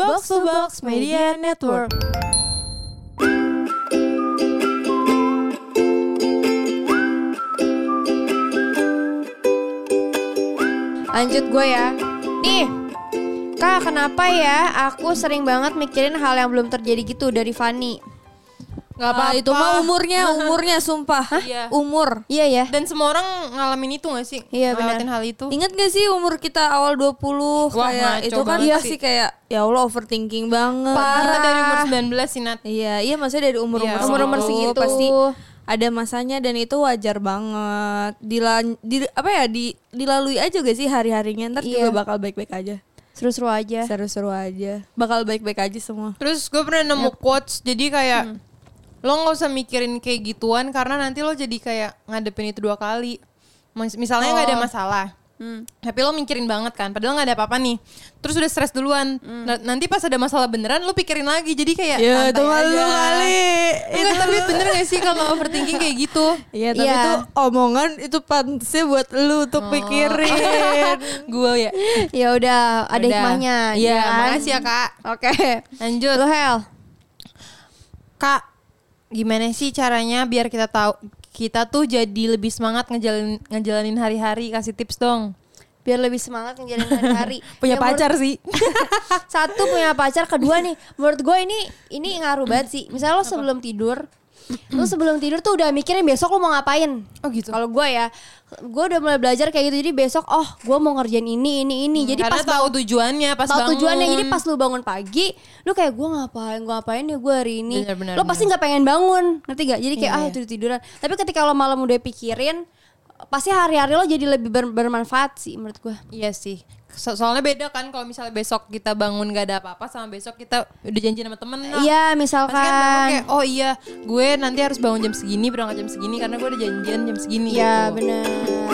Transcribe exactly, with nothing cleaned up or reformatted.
Box to Box Media Network. Lanjut gue ya. Nih, Kak, kenapa ya aku sering banget mikirin hal yang belum terjadi gitu dari Fanny? Gak apa-apa. Ah, itu mah umurnya, umurnya sumpah. Hah? Iya. Umur. Iya ya. Dan semua orang ngalamin itu gak sih? Iya benar. Ngalamin hal itu. Ingat gak sih umur kita awal dua puluh? Wah, kayak itu kan iya pasti kayak ya Allah overthinking banget. Parah dari umur sembilan belas sih Nat. Iya, iya maksudnya dari umur-umur Iya, umur-umur segitu pasti ada masanya dan itu wajar banget. Dilan, di, apa ya di, dilalui aja gak sih hari-harinya, ntar Iya. juga bakal baik-baik aja. Seru-seru aja. Seru-seru aja. Bakal baik-baik aja semua. Terus gue pernah nemu quotes, jadi kayak hmm. lo gak usah mikirin kayak gituan karena nanti lo jadi kayak ngadepin itu dua kali. Misalnya oh. gak ada masalah, hmm. tapi lo mikirin banget kan, padahal gak ada apa-apa nih. Terus udah stres duluan, hmm. nah, nanti pas ada masalah beneran lo pikirin lagi, jadi kayak ya itu malu kali. Enggak, tapi bener gak sih kalau overthinking kayak gitu? Iya tapi ya. itu omongan itu pantasnya buat lu untuk oh. pikirin. Gue ya. Ya udah, ada hikmahnya. Iya, kan? makasih ya Kak. Oke, lanjut. Lo Hel. Kak, gimana sih caranya biar kita tahu kita tuh jadi lebih semangat ngejalanin ngejalanin hari-hari, kasih tips dong. Biar lebih semangat ngejalanin hari-hari. Punya ya, pacar menurut, sih. Satu punya pacar, kedua nih menurut gue ini ini ngaruh banget sih. Misalnya lo sebelum tidur, lo sebelum tidur tuh udah mikirin besok lo mau ngapain. Oh gitu. Kalau gue ya, gue udah mulai belajar kayak gitu. Jadi besok, oh gue mau ngerjain ini, ini, ini. Hmm, jadi karena pas tahu tujuannya, pas tahu bangun. tujuannya. Jadi pas lo bangun pagi, lo kayak gue ngapain, gue ngapain ya gue hari ini. Bener, bener, lo pasti nggak pengen bangun, ngerti gak? Jadi kayak iya, ah tidur tiduran. Tapi ketika lo malam udah pikirin, pasti hari-hari lo jadi lebih ber- bermanfaat sih menurut gue. Iya sih. So- soalnya beda kan kalau misalnya besok kita bangun gak ada apa-apa sama besok kita udah janji sama temen. Iya misalkan. Pasti kan bangun kayak oh iya gue nanti harus bangun jam segini, berangkat jam segini karena gue udah janjian jam segini. Iya gitu. benar.